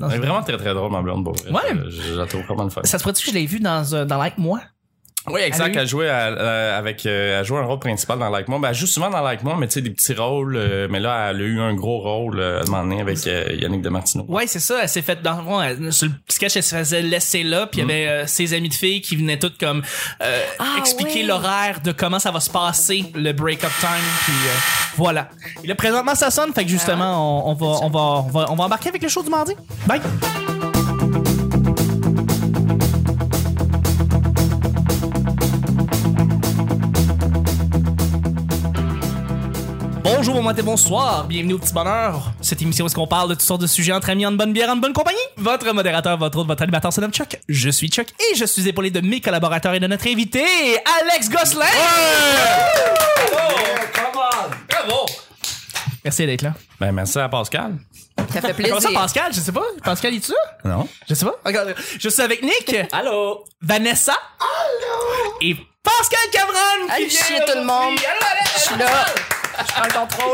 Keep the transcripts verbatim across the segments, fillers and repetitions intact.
dans Elle est vraiment très très drôle, ma blonde. Bon, ouais. Je, je la trouve vraiment le fun. Ça se pourrait-tu que je l'ai vu dans, euh, dans Like Moi? Oui, exact. Elle jouait à, à, avec, euh, elle jouait un rôle principal dans Like Moi. Ben, elle joue souvent dans Like Moi, mais tu sais, des petits rôles. Euh, mais là, elle a eu un gros rôle euh, à un moment donné avec euh, Yannick Demartino. Ouais, c'est ça. Elle s'est faite dans bon, elle, sur le sketch, elle se faisait laisser là, puis il mm. y avait euh, ses amis de filles qui venaient toutes comme euh, ah, expliquer ouais. l'horaire de comment ça va se passer le break-up time, puis euh, voilà. Et là, présentement, ça sonne, fait que justement, on, on va, on va, on va, on va embarquer avec le show du mardi. Bye. Bonjour, bon matin, bonsoir, bienvenue au Petit Bonheur. Cette émission où est-ce qu'on parle de toutes sortes de sujets entre amis, en bonne bière, en bonne compagnie. Votre modérateur, votre autre, votre animateur, c'est Chuck. Je suis Chuck et je suis épaulé de mes collaborateurs et de notre invité, Alex Gosselin. Ouais! Oh, come on! Bravo! Merci d'être là. Ben, merci à Pascal. Ça fait plaisir. Comment ça, Pascal? Je sais pas. Pascal, es-tu là? Non. Je sais pas. Regarde, je suis avec Nick. Allô? Vanessa. Allô? Et Pascal Cameron. Allez chier tout le monde. Je suis là. Je prends le contrôle.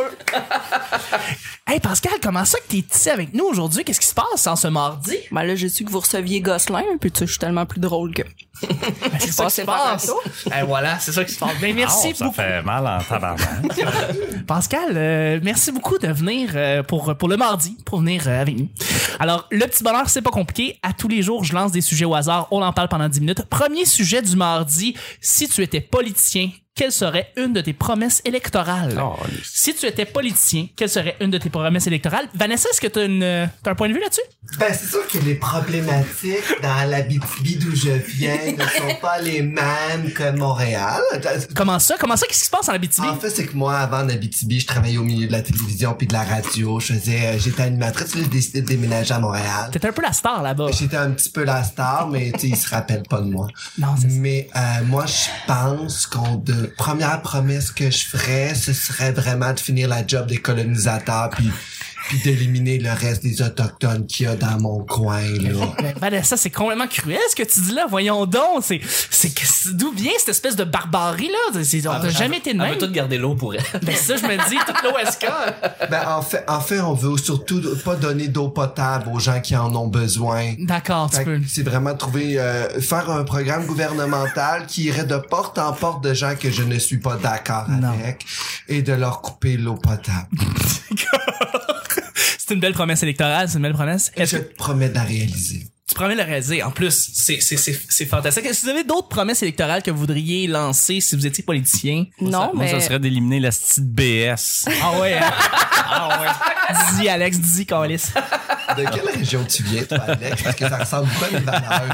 Hey Pascal, comment ça que t'es ici avec nous aujourd'hui? Qu'est-ce qui se passe en ce mardi? Ben là, j'ai su que vous receviez Gosselin, puis tu sais, je suis tellement plus drôle que... c'est ça qui se passe. Et voilà, c'est ça qui se passe. Ben, merci oh, beaucoup. Ça fait mal en tabarnak. Pascal, euh, merci beaucoup de venir euh, pour, pour le mardi, pour venir euh, avec nous. Alors, le Petit Bonheur, c'est pas compliqué. À tous les jours, je lance des sujets au hasard. On en parle pendant dix minutes. Premier sujet du mardi. Si tu étais politicien, quelle serait une de tes promesses électorales? Oh, si tu étais politicien, quelle serait une de tes promesses électorales? Vanessa, est-ce que tu as, une, t'as un point de vue là-dessus? Ben, c'est sûr que les problématiques dans l'Abitibi d'où je viens ne sont pas les mêmes que Montréal. Comment ça? Comment ça? Qu'est-ce qui se passe en Abitibi? En fait, c'est que moi, avant d'Abitibi, je travaillais au milieu de la télévision puis de la radio. Je faisais, euh, j'étais animatrice, j'ai décidé de déménager à Montréal. T'étais un peu la star là-bas. J'étais un petit peu la star, mais tu sais, ils se rappellent pas de moi. Non, c'est Mais euh, moi, je pense qu'on de première promesse que je ferais, ce serait vraiment de finir la job des colonisateurs puis puis d'éliminer le reste des autochtones qu'il y a dans mon coin là. Ben, Vanessa, c'est complètement cruel ce que tu dis là. Voyons donc, c'est c'est d'où vient cette espèce de barbarie là? C'est, on n'a ah, jamais été de même. On veut tout garder l'eau pour elle. Ben ça, je me dis toute l'O S K. Ben en fait, en fait, on veut surtout pas donner d'eau potable aux gens qui en ont besoin. D'accord, tu peux. C'est vraiment trouver euh, faire un programme gouvernemental qui irait de porte en porte de gens que je ne suis pas d'accord non. avec et de leur couper l'eau potable. C'est une belle promesse électorale, c'est une belle promesse. Est-ce je te promets de la réaliser. Tu promets de la réaliser. En plus, c'est, c'est, c'est, c'est fantastique. Est-ce que vous avez d'autres promesses électorales que vous voudriez lancer si vous étiez politicien? Non, moi, ça, mais... Moi, ça serait d'éliminer la petite B S. Ah ouais, hein? Ah ouais. Dis, Alex, dis, Calis. De quelle région tu viens, toi, Alex? Parce que ça ressemble pas à mes valeurs.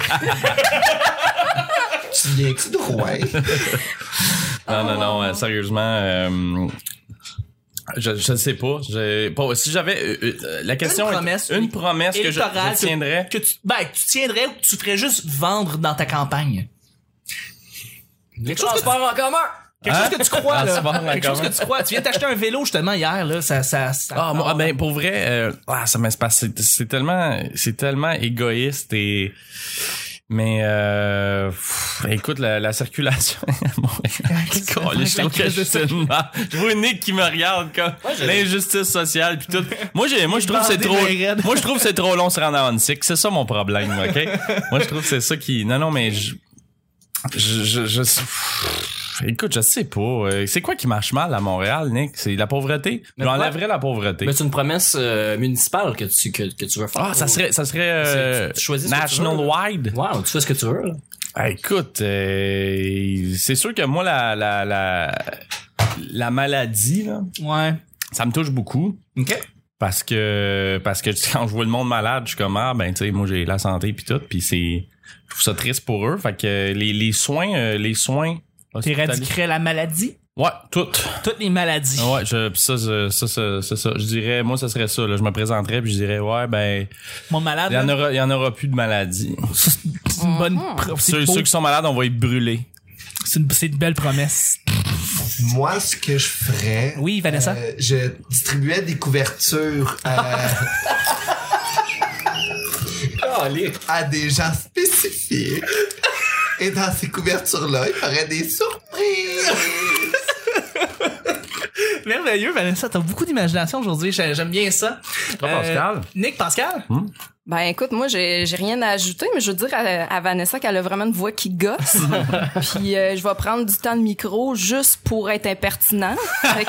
Tu viens-tu de Rouen? Non, non, non, euh, sérieusement... Euh, Je je sais pas, j'ai pas si j'avais euh, euh, la question une promesse, est, une promesse que je, je tiendrais que, que tu ben que tu tiendrais ou que tu ferais juste vendre dans ta campagne. Quelque chose que tu en commun. Quelque hein? chose que tu crois là. Quelque chose commun. que tu crois. Tu viens t'acheter un vélo justement hier là, ça ça, ça Ah moi, ben pour vrai euh, ah ça m'espace c'est, c'est tellement c'est tellement égoïste et mais euh, pff, écoute la, la circulation je trouve que je suis une je vois Nick qui me regarde comme ouais, l'injustice sociale puis tout. Moi j'ai moi je trouve c'est trop moi je trouve c'est trop long se rendre à Onsic, c'est ça mon problème, OK? Moi je trouve que c'est ça qui non non mais je je je, je écoute, je sais pas. C'est quoi qui marche mal à Montréal, Nick? C'est la pauvreté? J'enlèverais la pauvreté. Mais c'est une promesse euh, municipale que tu que, que tu veux faire. Ah, ça serait ça serait euh, tu, tu choisis national wide. Wow, tu fais ce que tu veux. Là. Ah, écoute, euh, c'est sûr que moi la la la la maladie là, ouais, ça me touche beaucoup. OK. Parce que parce que quand je vois le monde malade, je suis comme ah ben tu sais moi j'ai la santé puis tout, puis c'est je trouve ça triste pour eux. Fait que les les soins euh, les soins t'éradiquerais la maladie? Ouais, toutes. Toutes les maladies. Ouais, je, pis ça, ça, ça, ça, c'est ça. Je dirais, moi, ça serait ça, là. Je me présenterais puis je dirais, ouais, ben. Mon malade. Il y en aura, il y en aura plus de maladies. C'est une bonne, mm-hmm. Ceux, ceux qui sont malades, on va être brûlés. C'est une, c'est une belle promesse. Moi, ce que je ferais. Oui, Vanessa. Euh, je distribuais des couvertures, euh, à des gens spécifiques. Et dans ces couvertures-là, il y aurait des surprises. Merveilleux, Vanessa, t'as beaucoup d'imagination aujourd'hui. J'ai- J'aime bien ça. Toi, Pascal? Nick, Pascal? Ben écoute, moi j'ai j'ai rien à ajouter, mais je veux dire à, à Vanessa qu'elle a vraiment une voix qui gosse. Puis euh, je vais prendre du temps de micro juste pour être impertinent. Fait que-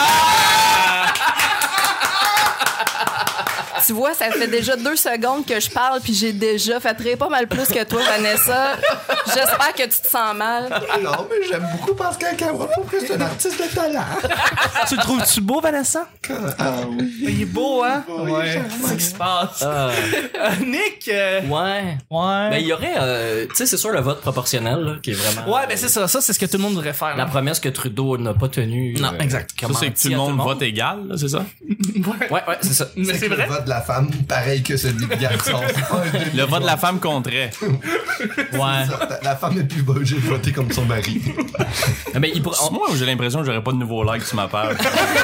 Tu vois, ça fait déjà deux secondes que je parle, puis j'ai déjà fait rire pas mal plus que toi, Vanessa. J'espère que tu te sens mal. Non, mais j'aime beaucoup Pascal Cameron parce que c'est un artiste de talent. Tu le trouves-tu beau, Vanessa? Ah oui. Il est beau, hein? Ouais. C'est ce qui se passe. Ah, Euh, Nick? euh, ouais. Ouais. Ben, il y aurait, euh, tu sais, c'est sûr le vote proportionnel, là, qui est vraiment... Ouais, ben c'est ça. Ça, c'est ce que tout le monde devrait faire. La là. promesse que Trudeau n'a pas tenue. Non, exact. Ça, c'est que tout le monde vote égal, là, c'est ça? Ouais, ouais, c'est ça. Mais c'est Le vrai? vote de la femme, pareil que celui du garçon. Le vote de la femme compterait. Ouais. La, la femme est plus obligée de voter comme son mari. Mais il pourrait... C'est moi où j'ai l'impression que j'aurais pas de nouveaux likes sur ma page.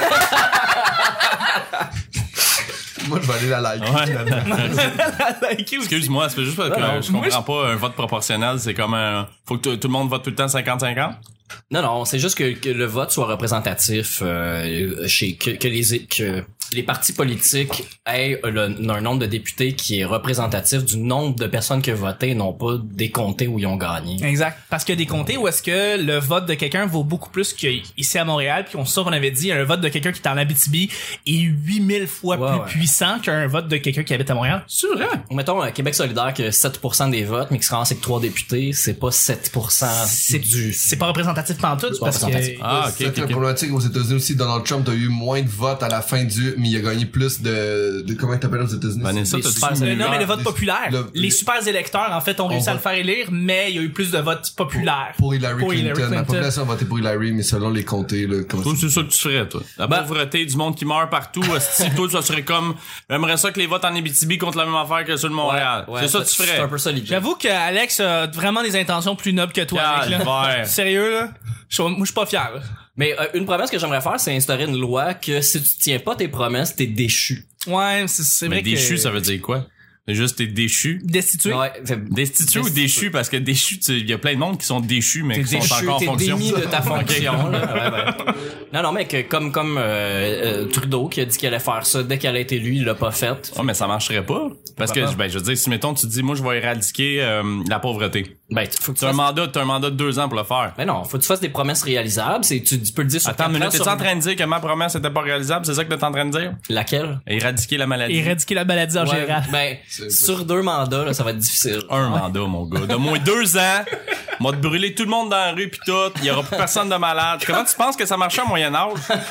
Moi, je vais aller la liker. Ouais. finalement. Liker aussi. Excuse-moi, c'est juste parce que Non, non, je moi, comprends pas un vote proportionnel, c'est comme un... Faut que tout tout le monde vote tout le temps cinquante cinquante? Non, non, c'est juste que, que le vote soit représentatif euh, chez que, que les que les partis politiques aient le- un nombre de députés qui est représentatif du nombre de personnes qui ont voté, non pas des comtés où ils ont gagné. Exact. Parce qu'il y a des comtés où est-ce que le vote de quelqu'un vaut beaucoup plus qu'ici à Montréal, puis on ça qu'on avait dit, un vote de quelqu'un qui est en Abitibi est huit mille fois Ouais, plus ouais. puissant qu'un vote de quelqu'un qui habite à Montréal. C'est vrai? Mettons, euh, Québec solidaire que sept pour cent des votes, mais qui se ramasse avec trois députés, c'est pas sept pour cent C'est du... C'est pas représentatif pantoute, C'est pas parce que... représentatif. Ah, ok, C'est ok, la ok. problématique aux États-Unis aussi. Donald Trump a eu moins de votes à la fin du, mais il a gagné plus de, de comment t'appelles aux États-Unis? Vanessa, Les t'as super- dit Euh, non, mais le vote les- populaire. le- les les- super électeurs, en fait, ont réussi à va- le faire élire, mais il y a eu plus de votes populaires. Pour Hillary Pour Clinton. Hillary La Clinton. population a voté pour Hillary, mais selon les comtés, là, comment Toi, ça- c'est ça que tu ferais, toi. La Ben- pauvreté, du monde qui meurt partout. Si toi, ça serait comme, j'aimerais ça que les votes en Abitibi contre la même affaire que ceux de Montréal. Ouais, c'est ça que tu C'est ferais. un peu ça l'idée. J'avoue que Alex a vraiment des intentions plus nobles que toi, Nick, là. Calvaire. Sérieux, là? Je- Moi, je suis pas fier, là. Mais euh, une promesse que j'aimerais faire, c'est instaurer une loi que si tu tiens pas tes promesses, t'es déchu. Ouais, c'est c'est vrai Mais que... déchu, ça veut dire quoi? C'est juste t'es déchu. Destitué? Ouais, fait- Destitué ou déchu? Parce que déchu, il y a plein de monde qui sont déchus, mais T'es qui sont déchu, encore en t'es fonction. démis de ta fonction. là. Ouais, ouais. Non, non, mais que comme comme euh, euh, Trudeau qui a dit qu'il allait faire ça dès qu'elle a été élu, il l'a pas fait. Oh, mais ça marcherait pas. Parce que, ben, je veux dire, si mettons, tu te dis, moi, je vais éradiquer euh, la pauvreté. Ben, t- faut que tu T'as un fasses... mandat, t'as un mandat de deux ans pour le faire. Ben non, faut que tu fasses des promesses réalisables. C'est tu, tu peux le dire sur Attends, quatre mais ans là, t'es sur- en train de dire que ma promesse était pas réalisable? C'est ça que t'es en train de dire? Laquelle? Éradiquer la maladie. Éradiquer la maladie en Ouais, général. ben, sur deux mandats, là, ça va être difficile. Un mandat, mon gars. De moins deux ans, m'a te brûler tout le monde dans la rue pis tout. Il y aura plus personne de malade. Comment tu penses que ça marchait au Moyen-Âge?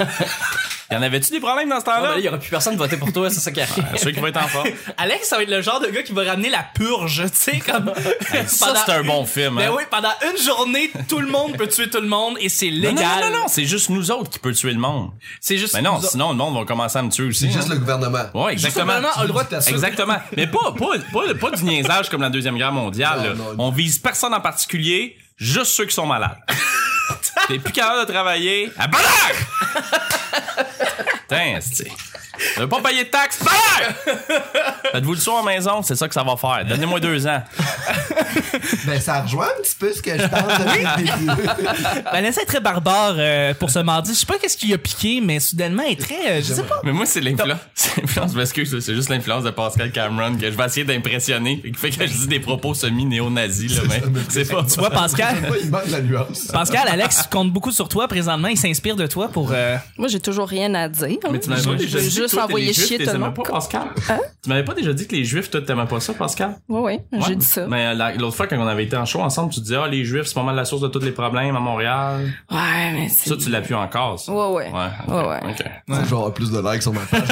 Y en avait-tu des problèmes dans ce Ah, ben temps-là? là, il y aura plus personne de voter pour toi, c'est ça qui arrive. Ceux qui vont être en forme. Alex, ça va être le genre de gars qui va ramener la purge, tu sais, comme... Ça, Pendant- c'est un bon film, hein? Ben oui, pendant une journée, tout le monde peut tuer tout le monde et c'est Non, légal. non, non, non, non, c'est juste nous autres qui peut tuer le monde. C'est juste... Mais non, nous- sinon le monde va commencer à me tuer aussi. C'est juste hein. le gouvernement. Ouais, exactement. Juste le gouvernement a le droit de- Exactement. Mais pas, pas, pas, pas du niaisage comme la Deuxième Guerre mondiale. Non, là. non, non. On vise personne en particulier, juste ceux qui sont malades. T'es plus capable de travailler. À balère! Putain, c'est... Tu veux pas payer de taxes? Balère! Faites-vous le soir à la maison, c'est ça que ça va faire. Donnez-moi deux ans. Ben, ça rejoint un petit peu ce que je pense depuis le début. Vanessa est très barbare euh, pour ce mardi. Je sais pas qu'est-ce qui a piqué, mais soudainement, elle est très... euh, je sais pas. Mais moi, c'est l'influence. C'est l'influence, parce que c'est juste l'influence de Pascal Cameron que je vais essayer d'impressionner. Qui fait que je dis des propos semi-néo-nazis, là, mais c'est pas. Tu vois, Pascal... Il manque la nuance. Pascal, Alex compte beaucoup sur toi présentement. Il s'inspire de toi pour... euh, Moi, j'ai toujours rien à dire. Mais tu m'avais Je pas veux déjà dit que juste toi, envoyer les Juifs, chier t'es tout le aimais monde. pas, Pascal? Hein? Tu m'avais pas déjà dit que les Juifs, toi, t'aimais pas ça, Pascal? Oui, oui, j'ai Ouais. dit ça. Mais euh, la- l'autre fois, quand on avait été en show ensemble, tu disais, ah, les Juifs, c'est pas mal la source de tous les problèmes à Montréal. Ouais, mais c'est... Ça, tu l'appuies encore, ça. Ouais, ouais. Ouais. ok, Ouais, ouais. ok. C'est genre plus de likes sur ma page.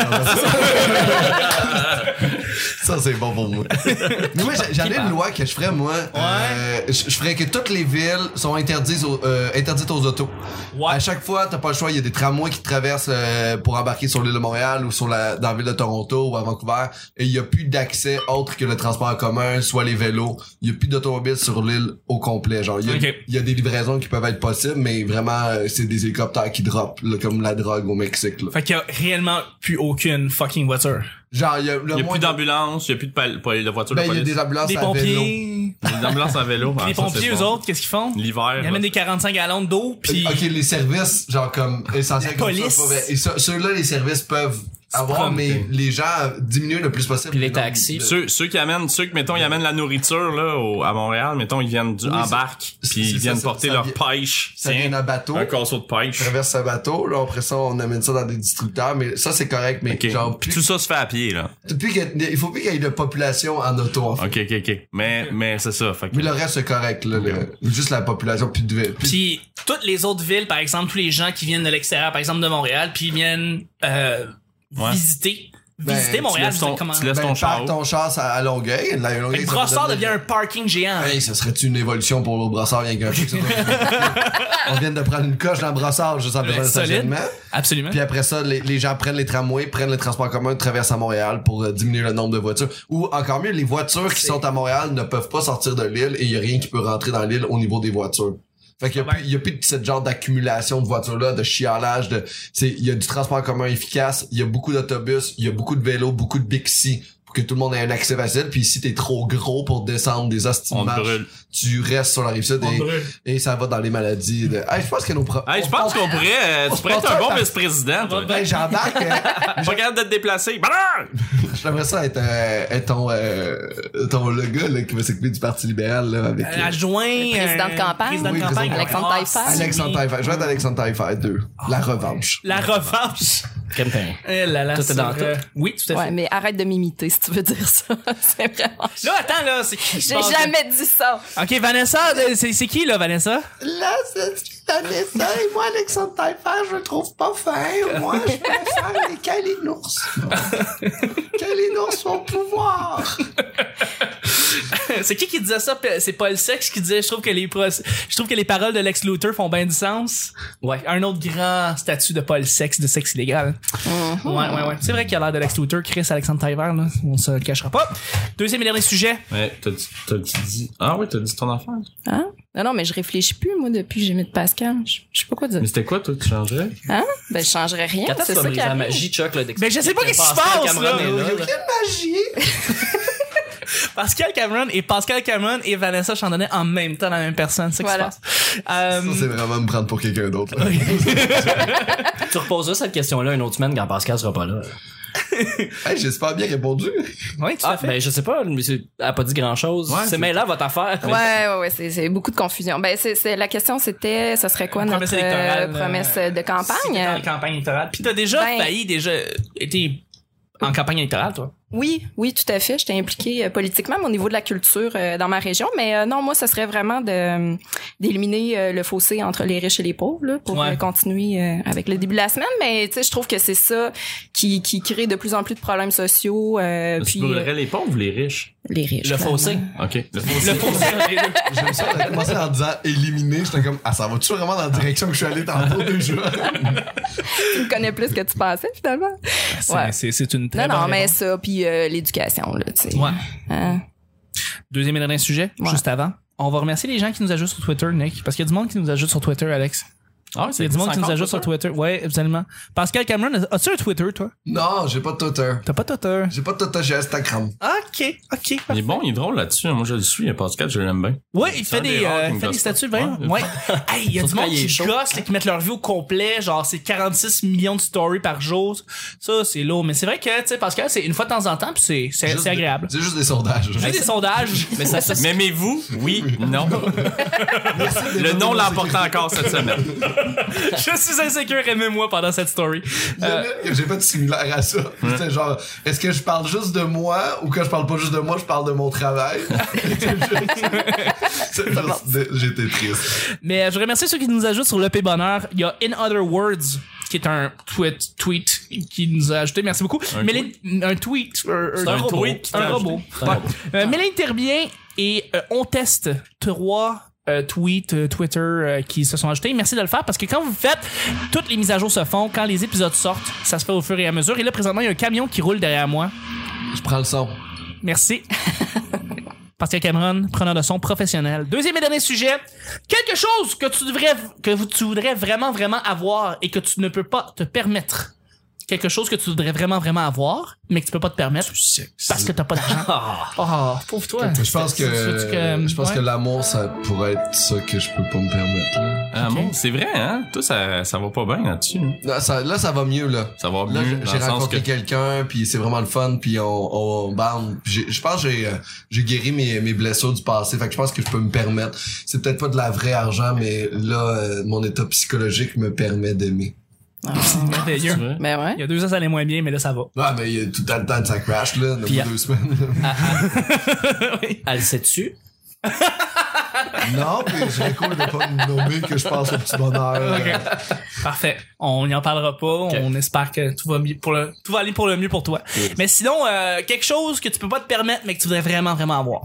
Ça, c'est bon pour moi. Mais moi, j'ai- j'en ai une loi que je ferais, moi. Euh, je je ferais que toutes les villes sont interdites aux, euh, interdites aux autos. Ouais. À chaque fois, t'as pas le choix. Il y a des tramways qui te traversent euh, pour embarquer sur l'île de Montréal ou sur la, dans la ville de Toronto ou à Vancouver. Et il y a plus d'accès autre que le transport en commun, soit les vélos. Il y a plus d'automobiles sur l'île au complet. Genre, il y a, Ok. il y a des livraisons qui peuvent être possibles, mais vraiment, euh, c'est des hélicoptères qui drop, là, comme la drogue au Mexique. Là. Fait qu'il y a réellement plus aucune fucking voiture. Genre, il y a le Il y a moins plus de- d'ambulance, il y a plus de, pal- pal- de voiture Ben, de il y a police. des ambulances Des à vélo. pompiers. Des ambulances à vélo. Puis ah, les ça, pompiers, c'est eux bon. autres, qu'est-ce qu'ils font? L'hiver. Ils là. amènent des quarante-cinq gallons d'eau, puis Ok, les services, genre comme essentiels La comme police. ça, pas vrai. Et ça- ceux-là, les services peuvent avoir, promener. mais les gens euh, diminuent le plus possible. Puis les le nombre taxis. de- Ceux, ceux qui amènent, ceux qui, mettons, ils amènent la nourriture, là, au, à Montréal, mettons, ils viennent du, Oui, en c'est- barque, c'est- puis c'est ils ça, viennent ça- porter ça leur vient- pêche. Ça vient Tiens, d'un bateau. un casseau de pêche. Traverse un bateau, là, après ça, on amène ça dans des distributeurs, mais ça, c'est correct, mais Ok. genre, Puis plus, tout ça se fait à pied, là. depuis qu'il y a- il faut plus qu'il y ait de population en auto, en fait. Ok, ok, ok. Mais, mais c'est ça. Fait que- Mais le reste, c'est correct, là, le- juste la population, puis de, puis, Puis toutes les autres villes, par exemple, tous les gens qui viennent de l'extérieur, par exemple de Montréal, puis ils viennent euh, Ouais. visiter, Ben, visiter tu Montréal. laisses ton- comment... tu laisses ben, ton char parque où? ton char à à Longueuil, la Longueuil, Fait que ça Brossard peut devient un parking géant. Hey, ça serait une évolution pour le Brossard, rien qu'un truc, ça. On vient de prendre une coche dans le Brossard, juste en besoin de Solide. stationnement. Absolument. Puis après ça, les, les gens prennent les tramways, prennent le transport en commun, traversent à Montréal pour euh, diminuer le nombre de voitures. Ou encore mieux, les voitures qui C'est- sont à Montréal ne peuvent pas sortir de l'île et il y a rien qui peut rentrer dans l'île au niveau des voitures. Fait qu'il y a, Ouais. plus, il y a plus de ce genre d'accumulation de voitures-là, de chialage, de, c'est, il y a du transport en commun efficace, il y a beaucoup d'autobus, il y a beaucoup de vélos, beaucoup de Bixi pour que tout le monde ait un accès facile. Puis si t'es trop gros pour descendre des hosties de On te marche, brûle. tu restes sur la rive sud On et, brûle. et ça va dans les maladies. De... Hey, je pense que nos pro- Hey, je pense qu'on pourrait, euh, tu pourrais être un bon vice-président, toi. Ben, j'embarque. euh, Pas capable de te déplacer. Bah! J'aimerais ça être, euh, être ton, euh, ton, le gars, là, qui va s'occuper du Parti libéral, là, avec, Euh, euh, adjoint. Le président euh, de campagne. Président de Oui, campagne. président de Alexandre Ah, Taillefer. si. Alexandre Taillefer. Je vais être Alexandre Taillefer deux. La revanche. La revanche. Campagne. Eh là là, Tout est sur, dans euh, Oui, tout à fait. Ouais, mais arrête de m'imiter si tu veux dire ça. C'est vraiment... Là, attends, là, c'est qui? J'ai jamais dit ça. Ok, Vanessa, euh, c'est c'est qui, là, Vanessa? Là, c'est Vanessa et moi, Alexandre Taillefer, je le trouve pas fin. Moi, je préfère les Kalinours. Kalinours au pouvoir. C'est qui qui disait ça? C'est Paul Sex qui disait, je trouve que les pro- je trouve que les paroles de Lex Luthor font bien du sens. Ouais. Un autre grand statut de Paul Sex, de sexe illégal. Ouais, ouais, ouais. C'est vrai qu'il a l'air de Lex Luthor, Chris Alexandre Taillefer, là. On se le cachera pas. Deuxième et dernier sujet. Ouais, t'as dit, t'as dit, ah oui, t'as dit ton affaire. Hein? Non, non, mais je réfléchis plus, moi, depuis que j'ai mis de Pascal. Je je sais pas quoi dire. Mais c'était quoi, toi, que tu changerais? Hein? Ben, je changerais rien. Quand est-ce C'est que tu vas ça qui briser la arrive. magie, Chuck, là, Ben, je sais pas qu'est-ce qui se Pascal passe, Cameron là. est là, là. Quelle magie! Pascal Cameron et Pascal Cameron et Vanessa Chandonnet en même temps, la même personne. C'est ça Voilà. qui se passe. Euh, Ça, c'est vraiment me prendre pour quelqu'un d'autre. là. Tu reposeras cette question-là une autre semaine quand Pascal sera pas là. Hey, j'espère bien répondu. oui, tout Ah, à fait. ben, je sais pas, mais c'est- elle a pas dit grand-chose. Ouais, c'est c'est- mais là votre affaire. Ouais, ouais, ouais, c'est, c'est beaucoup de confusion. Ben, c'est, c'est, la question, c'était, ce serait quoi Promesse notre électorale, euh, promesse euh, de C'était dans campagne? la campagne électorale. Puis t'as déjà Ben- failli, déjà été en campagne électorale, toi. Oui, oui, tout à fait. J'étais impliquée euh, politiquement, mais au niveau de la culture euh, dans ma région. Mais euh, non, moi, ce serait vraiment de d'éliminer euh, le fossé entre les riches et les pauvres là, pour Ouais. euh, continuer euh, avec le début de la semaine. Mais tu sais, je trouve que c'est ça qui, qui crée de plus en plus de problèmes sociaux. Euh, Tu puis brûlerais euh, les pauvres ou les riches? les riches. Le clairement. fossé. Ok. Le fossé. Le fossé entre les deux. J'aime ça, on a commencé en disant éliminer. J'étais comme, ah, ça va toujours vraiment dans la direction que je suis allé tantôt déjà. Tu me connais plus que tu pensais finalement. C'est, Ouais. c'est, c'est une très Non, bonne non, mais réponse. ça, puis euh, l'éducation là, tu sais. Ouais. Hein? Deuxième et dernier sujet, Ouais. juste avant. On va remercier les gens qui nous ajoutent sur Twitter, Nick, parce qu'il y a du monde qui nous ajoute sur Twitter, Alex. Ah, Il y a du monde qui nous ajoute sur Twitter. Ouais, absolument. Pascal Cameron, as-tu un Twitter, toi? Non, j'ai pas de Twitter. T'as pas Twitter? J'ai pas de Twitter, j'ai Instagram. Ok, ok. Il est bon, il est drôle là-dessus. Moi, je le suis. Pascal, je l'aime bien. Ouais, il C'est fait un des, des rares euh, qui il me fait des gosse statuts, pas. vraiment. Ouais. Ouais. Hey, il y a du Surtout monde quand il est qui chaud. gosse, là, qui mettent leur vie au complet, genre c'est quarante-six millions de stories par jour. Ça, c'est lourd. Mais c'est vrai que, tu sais, Pascal, c'est une fois de temps en temps, puis c'est, c'est, Juste c'est des- agréable. C'est juste des sondages. J'ai des sondages. Mais ça, ça, M'aimez-vous? Oui, non. Le non l'emporte encore cette semaine. Je suis insécure, aimez-moi pendant cette story. Euh, Jamais que j'ai pas de similaire à ça. C'était genre, est-ce que je parle juste de moi ou quand je parle pas juste de moi, je parle de mon travail? C'est parce que J'étais triste. mais euh, je remercie ceux qui nous ajoutent sur l'E P Bonheur. Il y a In Other Words, qui est un tweet, tweet qui nous a ajouté. Merci beaucoup. Un Mélanie, un tweet. Un, C'est un robot. tweet qui t'a Un robot. ajouté. C'est un Ouais. robot. Euh, Mélanie Terbien et euh, On Teste, trois euh, tweets euh, Twitter euh, qui se sont ajoutés. Merci de le faire parce que quand vous faites, toutes les mises à jour se font. Quand les épisodes sortent, ça se fait au fur et à mesure. Et là, présentement, il y a un camion qui roule derrière moi. Je prends le son. Merci. Pascal Cameron, preneur de son professionnel. Deuxième et dernier sujet. Quelque chose que tu devrais, que tu voudrais vraiment, vraiment avoir et que tu ne peux pas te permettre. quelque chose que tu voudrais vraiment, vraiment avoir, mais que tu peux pas te permettre parce que t'as pas d'argent. Oh, pauvre toi. Je pense que, je pense ouais. que l'amour, ça pourrait être ça que je peux pas me permettre. Là, Ah, bon, c'est vrai, hein? Toi, ça, ça va pas bien là-dessus. hein? là, ça, là, ça va mieux, là. Ça va Là, mieux j'ai dans j'ai le sens rencontré que... quelqu'un, puis c'est vraiment le fun, puis on, on bande. Puis j'ai- Je pense que j'ai, euh, j'ai guéri mes, mes blessures du passé, fait que je pense que je peux me permettre. C'est peut-être pas de la vraie argent, mais là, euh, mon état psychologique me permet d'aimer. C'est merveilleux. C'est vrai? Ben ouais. Il y a deux ans, ça allait moins bien, mais là, ça va. Ouais, mais il y a tout le temps le temps de ça crash, là, dans Puis, deux semaines. Oui. Elle sait-tu? Non, mais je cool de pas me nommer que je pense au petit bonheur. Ok. Parfait. On n'y en parlera pas. On espère que tout va mieux pour le, tout va aller pour le mieux pour toi. Yes. Mais sinon, euh, quelque chose que tu peux pas te permettre, mais que tu voudrais vraiment, vraiment avoir.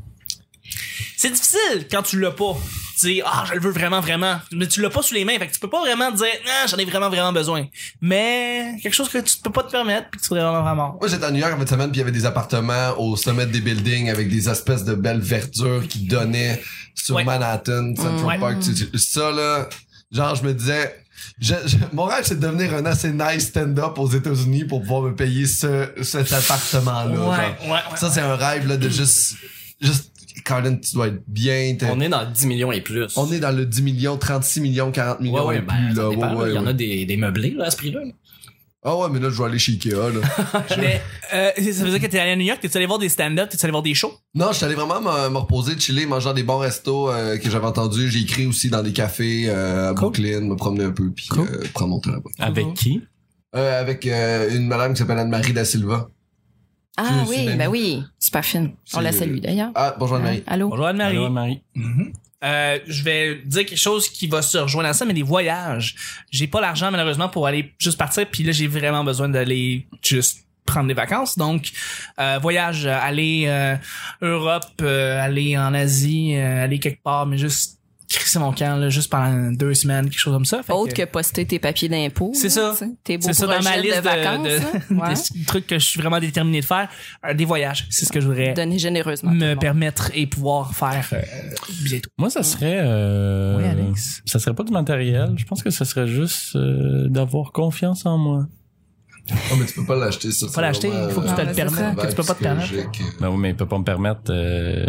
C'est difficile quand tu l'as pas. Tu dis, ah, je le veux vraiment, vraiment. Mais tu l'as pas sous les mains. Fait que tu peux pas vraiment dire, non, j'en ai vraiment, vraiment besoin. Mais quelque chose que tu peux pas te permettre puis que tu voudrais vraiment, vraiment avoir. Moi, j'étais à New York en fin de semaine, puis il y avait des appartements au sommet des buildings avec des espèces de belles verdures qui donnaient sur Ouais. Manhattan, Central Ouais. Park. Tu- tu- Ça, là, genre, je me disais... Je, je- mon rêve, c'est de devenir un assez nice stand-up aux États-Unis pour pouvoir me payer ce, cet appartement-là. genre. ouais, ouais. Ça, c'est un rêve là, de juste... juste Colin, tu dois être bien. t'es- On est dans dix millions et plus. on est dans le dix millions, trente-six millions, quarante Ouais, millions ouais, et ben, plus. ça Là. dépend, Ouais, là. ouais, Il y en ouais. a des, des meublés, là, à ce prix-là. Ah ouais, mais là, je vais aller chez Ikea. Là. Mais euh, ça veut dire que t'es allé à New York, t'es allé voir des stand-up, t'es allé voir des shows. Non, je suis allé vraiment me, me reposer, chiller, manger dans des bons restos euh, que j'avais entendus. J'ai écrit aussi dans des cafés euh, à Cool. Brooklyn, me promener un peu, puis Cool. euh, prendre mon temps là-bas. Avec qui? Euh, avec euh, une madame qui s'appelle Anne-Marie Da Silva. Ah Tu- oui, c'est ben oui. Super fine. On C'est- la salue d'ailleurs. Ah, bonjour Anne-Marie. Allô? Bonjour Anne-Marie. Allô, Marie. Mhm. Euh, je vais dire quelque chose qui va se rejoindre à ça, mais les voyages. J'ai pas l'argent malheureusement pour aller juste partir, puis là j'ai vraiment besoin d'aller juste prendre des vacances. Donc euh, voyage, euh, aller euh, Europe, euh, aller en Asie, euh, aller quelque part, mais juste crisser mon camp là, juste pendant deux semaines, quelque chose comme ça. Fait Autre que poster tes papiers d'impôt. C'est là, ça. tu sais, Tes beaux c'est ça dans ma projets liste de de, vacances. de- là. Ouais. des trucs que je suis vraiment déterminé de faire. Euh, des voyages, c'est ce que je voudrais Donner généreusement. à tout me le monde. permettre et pouvoir faire euh, bientôt. Moi, ça serait... Euh, Oui, Alex. Ça serait pas du matériel. Je pense que ça serait juste euh, d'avoir confiance en moi. Oh, mais tu peux pas l'acheter, ça. Faut pas l'acheter, il faut que tu te Ah, le ouais, c'est permettes, ça. que tu peux pas te permettre. Ben oui, mais il peut pas me permettre... Euh...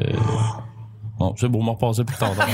Bon, c'est beau, m'en repasser plus tard.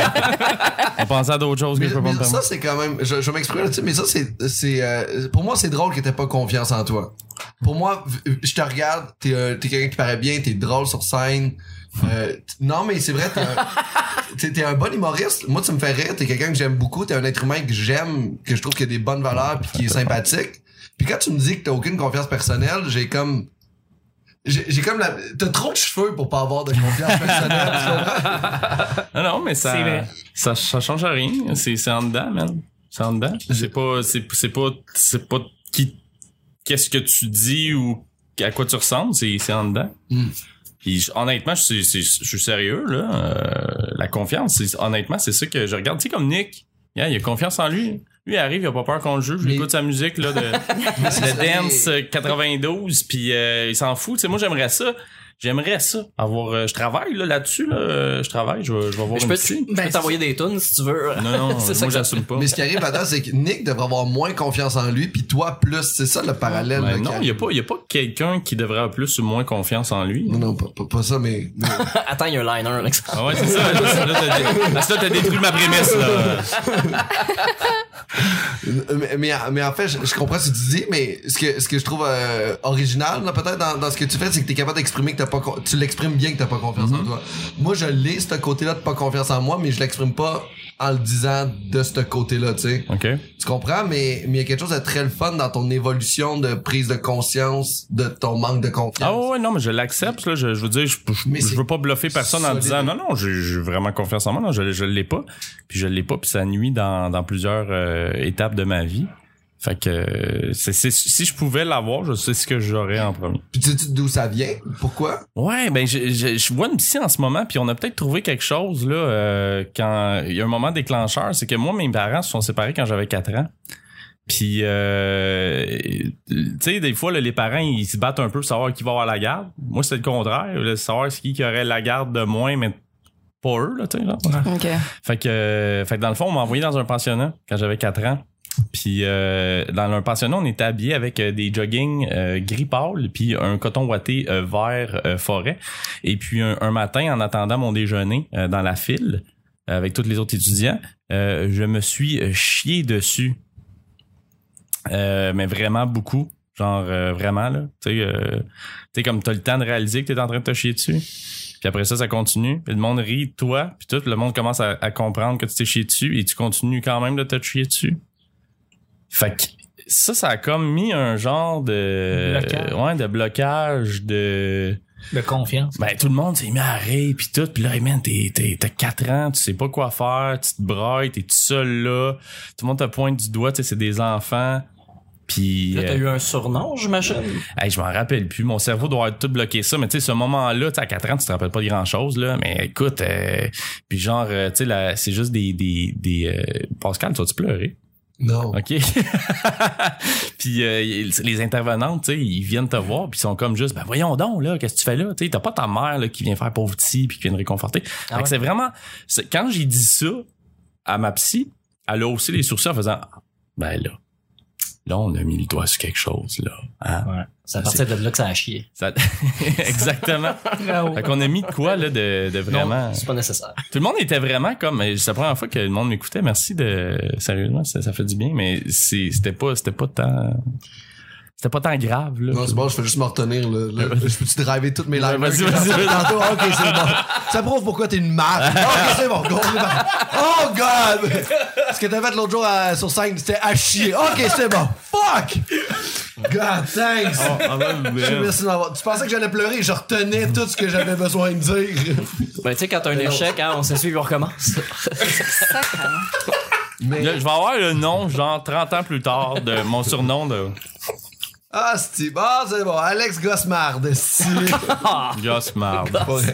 On pensait à d'autres choses que Mais, je peux pas mais me ça, permettre. c'est quand même... Je, je vais m'exprimer là-dessus, mais ça, c'est... c'est euh, pour moi, c'est drôle que t'aies pas confiance en toi. Pour moi, v- je te regarde, t'es, euh, t'es quelqu'un qui paraît bien, t'es drôle sur scène. Euh, t- non, mais c'est vrai, t'es un, t'es, t'es un bon humoriste. Moi, tu me fais rire, t'es quelqu'un que j'aime beaucoup, t'es un être humain que j'aime, que je trouve qu'il a des bonnes valeurs pis qui est sympathique. Puis quand tu me dis que t'as aucune confiance personnelle, j'ai comme... J'ai, j'ai comme la... T'as trop de cheveux pour pas avoir de confiance personnelle, tu comprends? Non, non, mais ça, C'est vrai. ça, ça change rien. C'est, c'est en dedans, man. C'est en dedans. C'est pas, c'est, c'est pas, c'est pas qui, qu'est-ce que tu dis ou à quoi tu ressembles. C'est, c'est en dedans. Mm. Puis honnêtement, je suis, c'est- je suis sérieux, là. Euh, la confiance, c'est, honnêtement, c'est ça que je regarde. Tu sais, comme Nick. Yeah, il a confiance en lui. Lui, il arrive, il a pas peur qu'on le juge. Mais- Il écoute sa musique, là, de, c'est de ça, dance euh, quatre-vingt-douze, puis euh, il s'en fout. Tu sais, moi, j'aimerais ça. J'aimerais ça. Avoir, euh, je travaille, là, là-dessus, là. Euh, Je travaille, je vais, je vais avoir Je une peux, petite. je peux t'envoyer des tunes si tu veux. Non, non, C'est ça moi, que- j'assume pas. Mais ce qui arrive là-dedans, c'est que Nick devrait avoir moins confiance en lui, puis toi plus. C'est ça le parallèle. Ben là, qui non, il arrive. y a pas, il y a pas quelqu'un qui devrait avoir plus ou moins confiance en lui. Non, non, pas, pas, pas ça, mais... mais- Attends, il y a un liner, Alex. Ah ouais, c'est ça. Là, là, t'as, dé- parce que là, t'as détruit ma prémisse, là. mais, mais, mais en fait, je, je comprends ce que tu dis, mais ce que, ce que je trouve euh, original, là, peut-être, dans, dans ce que tu fais, c'est que t'es capable d'exprimer que t'as pas... con- Tu l'exprimes bien que t'as pas confiance Mm-hmm. en toi. Moi, je l'ai, ce côté-là de pas confiance en moi, mais je l'exprime pas en le disant de ce côté-là, tu sais. OK. Tu comprends? Mais mais il y a quelque chose de très le fun dans ton évolution de prise de conscience de ton manque de confiance. Ah ouais, non, mais je l'accepte, là. Je, je veux dire, je, je, Mais je c'est veux pas bluffer personne en solide. disant non, non, j'ai, j'ai vraiment confiance en moi. Non, je, je l'ai pas. Puis je l'ai pas, puis ça nuit dans, dans plusieurs euh, étapes de ma vie. Fait que euh, c'est, c'est, si je pouvais l'avoir, je sais ce que j'aurais en premier. Puis tu sais d'où ça vient? Pourquoi? Ouais, ben je, je, je vois une psy en ce moment, puis on a peut-être trouvé quelque chose là euh, quand il y a un moment déclencheur, c'est que moi mes parents se sont séparés quand j'avais quatre ans. Puis euh, tu sais des fois là, les parents ils se battent un peu pour savoir qui va avoir la garde. Moi c'est le contraire, là, savoir c'est qui qui aurait la garde de moins mais pas eux là, tu sais là. OK. Fait que euh, fait que dans le fond on m'a envoyé dans un pensionnat quand j'avais quatre ans. Puis euh, dans un pensionnat, on était habillés avec euh, des joggings euh, gris pâle, puis un coton ouaté euh, vert euh, forêt. Et puis un, un matin, en attendant mon déjeuner euh, dans la file euh, avec tous les autres étudiants, euh, je me suis euh, chié dessus. Euh, mais vraiment beaucoup. Genre euh, vraiment, là. Tu sais, euh, tu sais, comme t'as le temps de réaliser que t'es en train de te chier dessus. Puis après ça, ça continue. Puis le monde rit de toi. Puis tout, le monde commence à, à comprendre que tu t'es chié dessus et tu continues quand même de te chier dessus. Fait que ça, ça a comme mis un genre de... Blocage. Ouais, de blocage, de... De confiance. Ben, tout le monde s'est mis à rire pis tout. Pis là, hey man, t'es, t'es, t'as quatre ans, tu sais pas quoi faire, tu te brailles, t'es tout seul là. Tout le monde te pointe du doigt, tu sais, c'est des enfants. Puis Là, t'as euh, eu un surnom, j'imagine? hey, je m'en rappelle plus. Mon cerveau doit être tout bloqué ça. Mais tu sais, ce moment-là, tu sais, à quatre ans, tu te rappelles pas de grand-chose, là. Mais écoute, euh, puis genre, euh, tu sais, là, c'est juste des... des, des euh... Pascal, tu vas-tu pleurer? Non. OK. Puis euh, les intervenantes, tu sais, ils viennent te voir puis ils sont comme juste ben voyons donc là, qu'est-ce que tu fais là? Tu sais, t'as pas ta mère là qui vient faire pauvre petit puis qui vient te réconforter. Ah Fait que ouais. c'est vraiment c'est, quand j'ai dit ça à ma psy, elle a haussé les sourcils en faisant ben là là on a mis le doigt sur quelque chose là. Hein? Ouais. C'est à partir de là que ça a chié. Ça... Exactement. Fait qu'on a mis de quoi là de, de vraiment. Non, c'est pas nécessaire. Tout le monde était vraiment comme c'est la première fois que le monde m'écoutait. Merci de sérieusement, ça, ça fait du bien, mais c'est, c'était pas c'était pas tant c'était pas tant grave là. Non, c'est bon, je fais juste me retenir, là. là. Je peux-tu driver toutes mes Ouais, lives? vas-y, vas-y, vas-y. Tantôt, ok, c'est bon. Ça prouve pourquoi t'es une marque. Ok, c'est bon, go, on est parti. Oh god! Ce que t'as fait l'autre jour à- sur scène, c'était à chier. Ok, c'est bon. Fuck! God, thanks! Oh, ah, ben, Je te remercie de m'avoir- Tu pensais que j'allais pleurer, je retenais tout ce que j'avais besoin de dire. Ben, tu sais, quand t'as un échec, hein, on s'essuie et on recommence. Sacrément. Mais, Là, je vais avoir le nom, genre trente ans plus tard, de mon surnom de ah, c'est bon, c'est bon. Alex Gossmard, si. Gosse Marde. Pas vrai.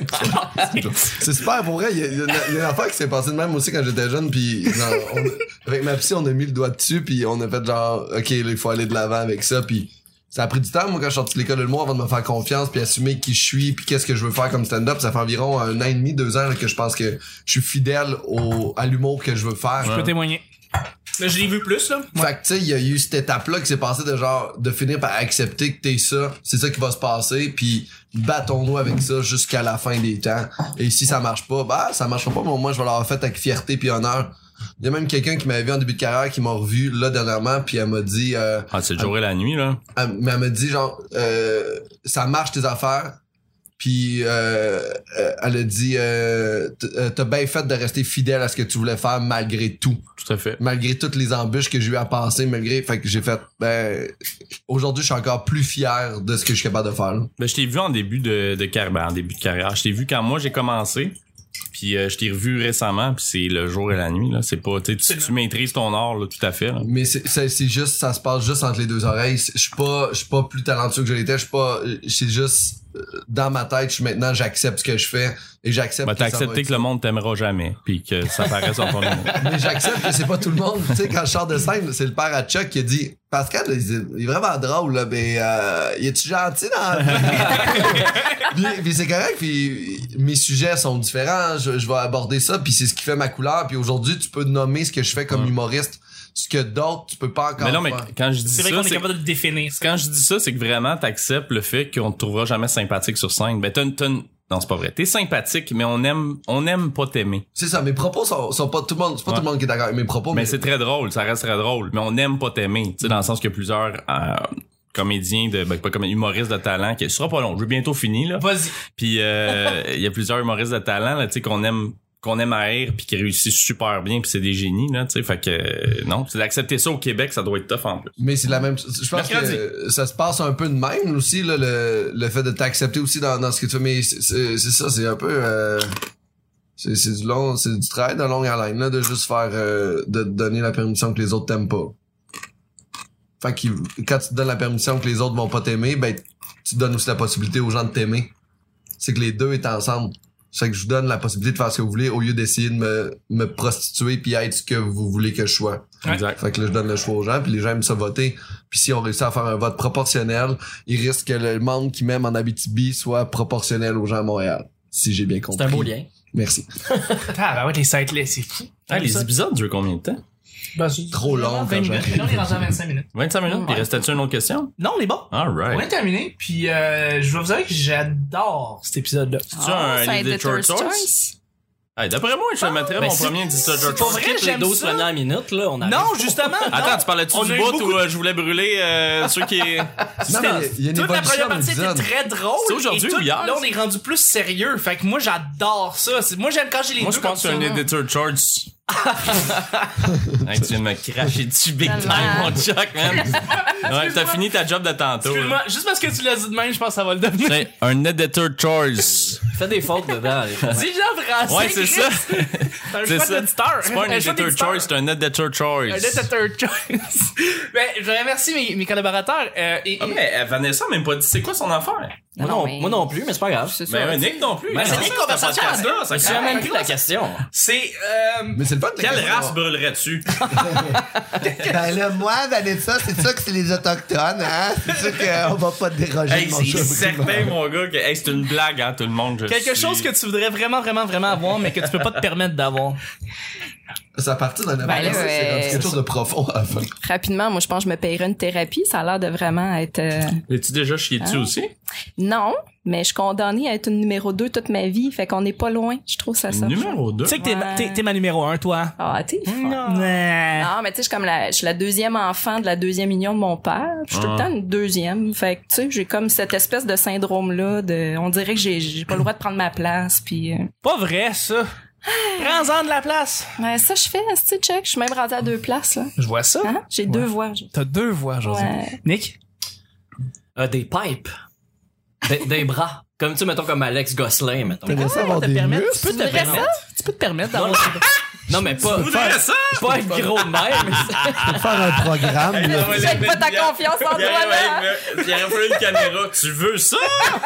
C'est super pour vrai. Il y, a, il y a une, il y a une affaire qui s'est passée de même aussi quand j'étais jeune. Puis genre, on- avec ma psy, on a mis le doigt dessus. Puis on a fait genre, OK, là, il faut aller de l'avant avec ça. Puis ça a pris du temps, moi, quand je suis sorti de l'école de l'humour, avant de me faire confiance. Puis assumer qui je suis. Puis qu'est-ce que je veux faire comme stand-up. Ça fait environ un an et demi, deux ans là, que je pense que je suis fidèle au, à l'humour que je veux faire. Je peux témoigner. Là, je l'ai vu plus, là. Fait que tu sais, il y a eu cette étape-là qui s'est passée de genre de finir par accepter que t'es ça, c'est ça qui va se passer, puis battons-nous avec ça jusqu'à la fin des temps. Et si ça marche pas, bah ça marchera pas, mais au moins je vais l'avoir fait avec fierté puis honneur. Il y a même quelqu'un qui m'avait vu en début de carrière qui m'a revu là dernièrement, puis elle m'a dit, euh, Ah, c'est le jour et la nuit, là. elle, mais elle m'a dit genre euh, ça marche tes affaires. Puis euh, euh, elle a dit euh, t- euh, t'as bien fait de rester fidèle à ce que tu voulais faire malgré tout. Tout à fait. Malgré toutes les embûches que j'ai eu à passer, malgré fait que j'ai fait ben aujourd'hui je suis encore plus fier de ce que je suis capable de faire là. Ben, je t'ai vu en début de, de carrière. Ben, en début de carrière. Je t'ai vu quand moi j'ai commencé. Puis euh, je t'ai revu récemment. Puis c'est le jour et la nuit, là. C'est pas, tu sais, tu, tu maîtrises ton art, là, tout à fait, là. Mais c'est c'est c'est juste ça se passe juste entre les deux oreilles. Je suis pas je suis pas plus talentueux que je l'étais, je suis pas c'est juste euh, dans ma tête, je suis maintenant j'accepte ce que je fais et j'accepte Ben, que t'as ça va accepté être que le monde t'aimera jamais. Puis que ça paraît sur ton humour. mais j'accepte que c'est pas tout le monde. Tu sais, quand je sors de scène, c'est le père à Chuck qui a dit Pascal, il est- il est vraiment drôle, là, mais euh, il est-tu gentil dans la vie? puis, puis c'est correct, puis mes sujets sont différents, je, je vais aborder ça, puis c'est ce qui fait ma couleur. Puis aujourd'hui, tu peux nommer ce que je fais comme Ouais. humoriste, ce que d'autres, tu peux pas encore Mais non, mais faire. quand je dis C'est vrai ça, qu'on est c'est... capable de le définir. ça. Quand je dis ça, c'est que vraiment t'acceptes le fait qu'on te trouvera jamais sympathique sur scène. Ben, t'as une, t'as une- non, c'est pas vrai. T'es sympathique, mais on aime, on aime pas t'aimer. C'est ça, mes propos sont, sont pas tout le monde, c'est pas Ouais. tout le monde qui est d'accord avec mes propos, Mais mais, c'est très drôle, ça reste très drôle. Mais on aime pas t'aimer. Tu sais, dans le sens que plusieurs euh, comédiens, de, ben, pas comme humoristes de talent, qui sera pas long, je vais bientôt finir, là. Vas-y. Puis euh, il y a plusieurs humoristes de talent, là, tu sais, qu'on aime qu'on aime haïr puis qui réussissent super bien puis c'est des génies, là, tu sais. Fait que euh, non, c'est d'accepter ça au Québec, ça doit être tough en plus. mais c'est la même je pense Mercredi. que ça se passe un peu de même aussi là, le, le fait de t'accepter aussi dans, dans ce que tu fais, mais c'est, c'est, c'est ça, c'est un peu euh, c'est, c'est du long, c'est du travail de longue haleine là, de juste faire euh, de te donner la permission que les autres t'aiment pas. Fait que quand tu te donnes la permission que les autres vont pas t'aimer, ben tu donnes aussi la possibilité aux gens de t'aimer. C'est que les deux est ensemble. C'est que je vous donne la possibilité de faire ce que vous voulez au lieu d'essayer de me, me prostituer puis être ce que vous voulez que je sois. Ouais. Exact. Fait que là, je donne le choix aux gens, puis les gens aiment ça voter. Puis si on réussit à faire un vote proportionnel, il risque que le monde qui m'aime en Abitibi soit proportionnel aux gens à Montréal. Si j'ai bien compris. C'est un beau lien. Merci. Ah, bah ouais, les sites là, c'est fou. Ah, les épisodes durent combien de temps? Ben, c'est Trop long vingt quand minutes. j'arrive. Là, on est rendu à vingt-cinq minutes. vingt-cinq minutes, il restait-tu une autre question? Non, on est bon. All On right. est terminé, puis euh, je dois vous dire que j'adore cet épisode-là. C'est-tu un c'est Editor's Editor's Choice? Hey, d'après moi, je te mettrais ben mon c'est- premier Editor's Pour Choice. vrai, Skip les j'aime douze ça. premières minutes, là, on arrive. Non, justement. Attends, non. tu parlais-tu On du a eu bout beaucoup- où euh, je voulais brûler euh, ceux qui... Non, mais il y a une Toute la évolution première dans partie était l'épisode. très drôle. C'est aujourd'hui et tout- ou hier? Là, on est rendu plus sérieux. Fait que moi, j'adore ça. C'est- Moi, j'aime quand j'ai les Moi, deux je pense que comme c'est un ça. Editor's Choice. Hey, tu viens de me cracher dessus big time, Tellement. mon Chuck, man. Ouais, t'as fini ta job de tantôt. Excuse-moi, juste parce que tu l'as dit de même, je pense que ça va le devenir. C'est un Editor's Choice. Fais des fautes dedans. Dis-le en français. Ouais, c'est Chris. ça. T'as un C'est choix ça. d'éditeur. C'est pas un choix Editor's d'éditeur. Choice, c'est un Editor's Un Choice. editor choice. Ben, je remercie mes, mes collaborateurs. Euh, et, Ah, mais euh, Vanessa a même pas dit c'est quoi son affaire. Moi Non, non, mais- moi non plus, mais c'est pas grave. C'est Mais ça. un Nick non plus. Ben, c'est Non, Nick ça, Conversation. ce podcast-là, ça Je me crée- souviens même plus de la question. c'est, euh, Mais c'est le fun de la Quelle question. race brûlerais-tu? Ben là, moi, Vanessa, c'est ça que c'est les Autochtones, hein? C'est sûr qu'on va pas te déroger Hey, de mon c'est choix. certain, mon gars, que hey, c'est une blague, hein, tout le monde. je quelque suis- chose que tu voudrais vraiment, vraiment, vraiment avoir, mais que tu peux pas te permettre d'avoir. C'est à partir d'un Ben là, c'est ouais. rendu quelque chose de profond à la fin. Rapidement, moi, je pense que je me payerais une thérapie. Ça a l'air de vraiment être... euh, Es-tu déjà chié dessus Hein? aussi? Non, mais je suis condamnée à être une numéro deux toute ma vie. Fait qu'on n'est pas loin. Je trouve ça ça. Numéro deux. Tu sais que t'es, Ouais. t'es, t'es ma numéro un, toi. Ah, t'es fort. Non. Non, mais tu sais, je suis comme la, je suis la deuxième enfant de la deuxième union de mon père. Je suis tout le Ah. temps une deuxième. Fait que, tu sais, j'ai comme cette espèce de syndrome-là de, on dirait que j'ai, j'ai pas le droit de prendre ma place, puis euh, Pas vrai, ça. Prends-en de la place. ben, ça, je fais, tu sais, check. Je suis même rendue à deux places, là. Je vois ça. Hein? J'ai deux voix. je- T'as deux voix, José. Ouais. Nick? Euh, des pipes. Des, des bras. Comme, tu sais, mettons, comme Alex Gosselin, mettons. T'aimerais ça avoir te des permettre, tu muscles? peux te voudrais permettre. Tu peux te permettre d'avoir Non, mais pas, Tu voudrais ça? pas être gros de même. Pour faire un programme, là. Check pas ta confiance en toi, là. Il aurait fallu une caméra. Tu veux ça?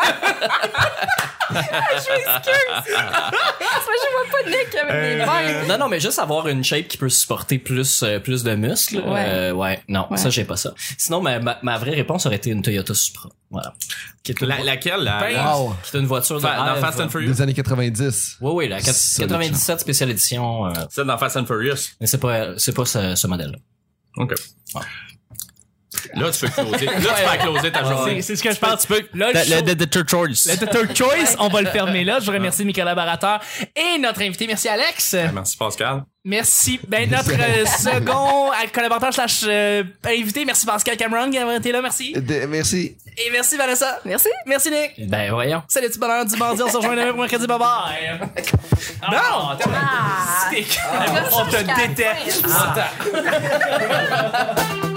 Je m'excuse. Moi, je vois pas de Nick avec des verres. Non, non, mais juste avoir une shape qui peut supporter plus, euh, plus de muscles. Ouais. Euh, ouais, non, Ouais. ça, j'ai pas ça. Sinon, ma, ma, ma vraie réponse aurait été une Toyota Supra. Voilà. Qui est une, La- vo- laquelle? La, Ben, la- Wow. qui est une voiture de Fa- dans rêve. Fast and Furious? Des années quatre-vingt-dix. Oui, oui, la quatre- Solide quatre-vingt-dix-sept spéciale édition. Euh, C'est dans Fast and Furious. mais c'est pas, c'est pas ce, ce modèle-là. OK. Là, tu peux closer. Là, tu peux closer ta C'est, journée. c'est ce que je pense. Là, le Le show- le- the third choice. le third choice, on va le fermer là. Je remercie mes collaborateurs et notre invité. Merci, Alex. Merci, Pascal. Merci. Ben, notre euh, second euh, collaborateur slash euh, invité. Merci, Pascal Cameron, qui a été là. Merci. De- merci. Et merci, Vanessa. Merci. Merci, Nick. Ben, voyons. C'est le petit bonheur du mardi. On se rejoint demain pour mercredi. Bye bye. Non! Ah. Stick. On te jusqu'à la déteste. fin. On t'a-